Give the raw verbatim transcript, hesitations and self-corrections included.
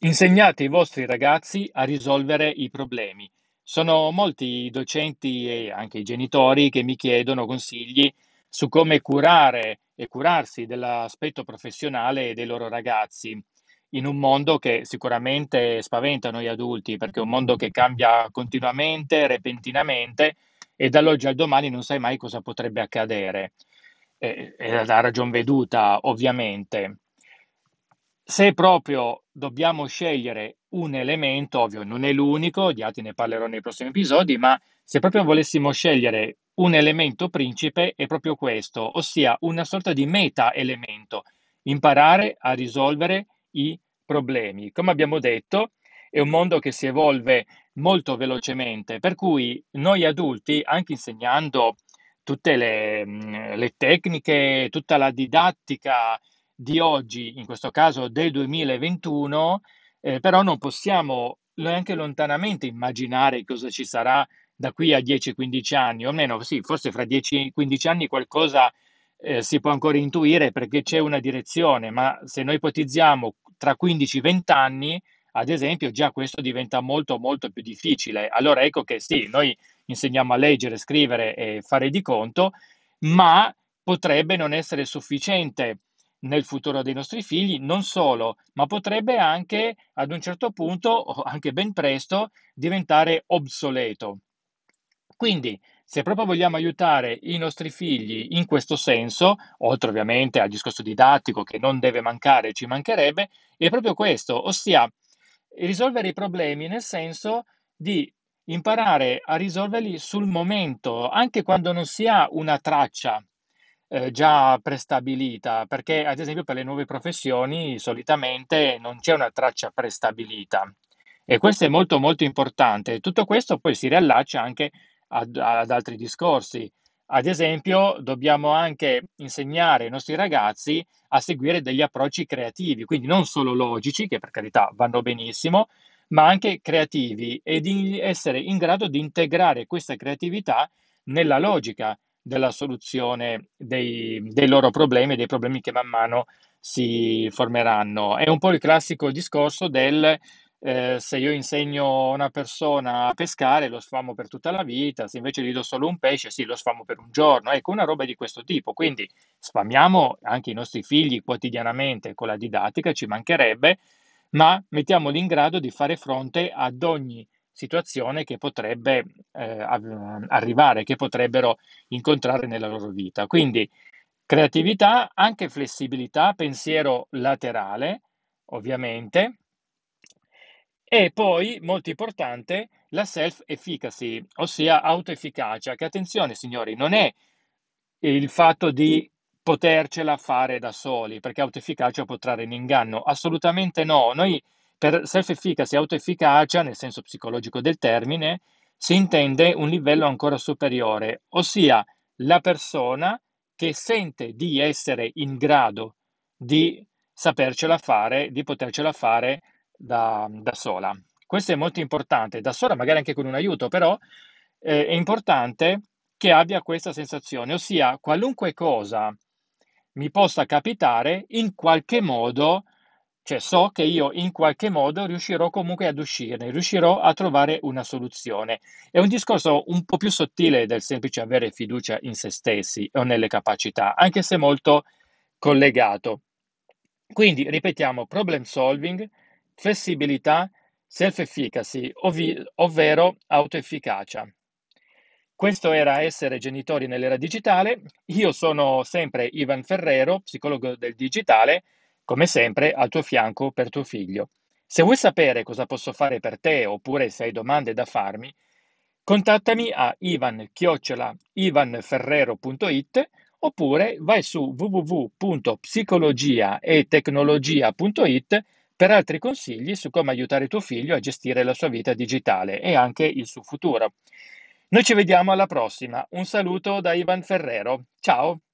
Insegnate ai vostri ragazzi a risolvere i problemi. Sono molti i docenti e anche i genitori che mi chiedono consigli su come curare e curarsi dell'aspetto professionale dei loro ragazzi, in un mondo che sicuramente spaventa noi adulti, perché è un mondo che cambia continuamente, repentinamente, e dall'oggi al domani non sai mai cosa potrebbe accadere. Eh, È la ragion veduta, ovviamente. Se proprio dobbiamo scegliere un elemento, ovvio non è l'unico, di altri ne parlerò nei prossimi episodi, ma se proprio volessimo scegliere un elemento principe è proprio questo, ossia una sorta di meta-elemento, imparare a risolvere i problemi. Come abbiamo detto, è un mondo che si evolve molto velocemente, per cui noi adulti, anche insegnando tutte le, mh, le tecniche, tutta la didattica di oggi, in questo caso del duemilaventuno, eh, però non possiamo neanche lontanamente immaginare cosa ci sarà da qui a dieci quindici anni, o almeno sì, forse fra dieci quindici anni qualcosa eh, si può ancora intuire perché c'è una direzione, ma se noi ipotizziamo tra quindici venti anni, ad esempio, già questo diventa molto molto più difficile. Allora ecco che sì, noi insegniamo a leggere, scrivere e fare di conto, ma potrebbe non essere sufficiente nel futuro dei nostri figli, non solo, ma potrebbe anche ad un certo punto, o anche ben presto, diventare obsoleto. Quindi, se proprio vogliamo aiutare i nostri figli in questo senso, oltre ovviamente al discorso didattico che non deve mancare, ci mancherebbe, è proprio questo, ossia risolvere i problemi nel senso di imparare a risolverli sul momento, anche quando non si ha una traccia eh, già prestabilita, perché ad esempio per le nuove professioni solitamente non c'è una traccia prestabilita e questo è molto molto importante. Tutto questo poi si riallaccia anche ad, ad altri discorsi. Ad esempio, dobbiamo anche insegnare ai nostri ragazzi a seguire degli approcci creativi, quindi non solo logici, che per carità vanno benissimo, ma anche creativi e di essere in grado di integrare questa creatività nella logica della soluzione dei, dei loro problemi e dei problemi che man mano si formeranno. È un po' il classico discorso del eh, se io insegno a una persona a pescare lo sfamo per tutta la vita, se invece gli do solo un pesce, sì, lo sfamo per un giorno. Ecco, una roba di questo tipo. Quindi sfamiamo anche i nostri figli quotidianamente con la didattica, ci mancherebbe, ma mettiamoli in grado di fare fronte ad ogni situazione che potrebbe eh, av- arrivare, che potrebbero incontrare nella loro vita. Quindi creatività, anche flessibilità, pensiero laterale, ovviamente, e poi, molto importante, la self-efficacy, ossia autoefficacia, che attenzione signori, non è il fatto di potercela fare da soli, perché autoefficacia può trarre in inganno. Assolutamente no. Noi per self-efficacy, autoefficacia, nel senso psicologico del termine, si intende un livello ancora superiore, ossia la persona che sente di essere in grado di sapercela fare, di potercela fare da, da sola. Questo è molto importante, da sola, magari anche con un aiuto, però eh, è importante che abbia questa sensazione, ossia qualunque cosa mi possa capitare, in qualche modo, cioè so che io in qualche modo riuscirò comunque ad uscirne, riuscirò a trovare una soluzione. È un discorso un po' più sottile del semplice avere fiducia in se stessi o nelle capacità, anche se molto collegato. Quindi ripetiamo problem solving, flessibilità, self-efficacy, ovvi- ovvero autoefficacia. Questo era Essere genitori nell'era digitale. Io sono sempre Ivan Ferrero, psicologo del digitale, come sempre al tuo fianco per tuo figlio. Se vuoi sapere cosa posso fare per te oppure se hai domande da farmi, contattami a ivan-ivanferrero.it oppure vai su w w w punto psicologia e tecnologia punto it per altri consigli su come aiutare tuo figlio a gestire la sua vita digitale e anche il suo futuro. Noi ci vediamo alla prossima. Un saluto da Ivan Ferrero. Ciao!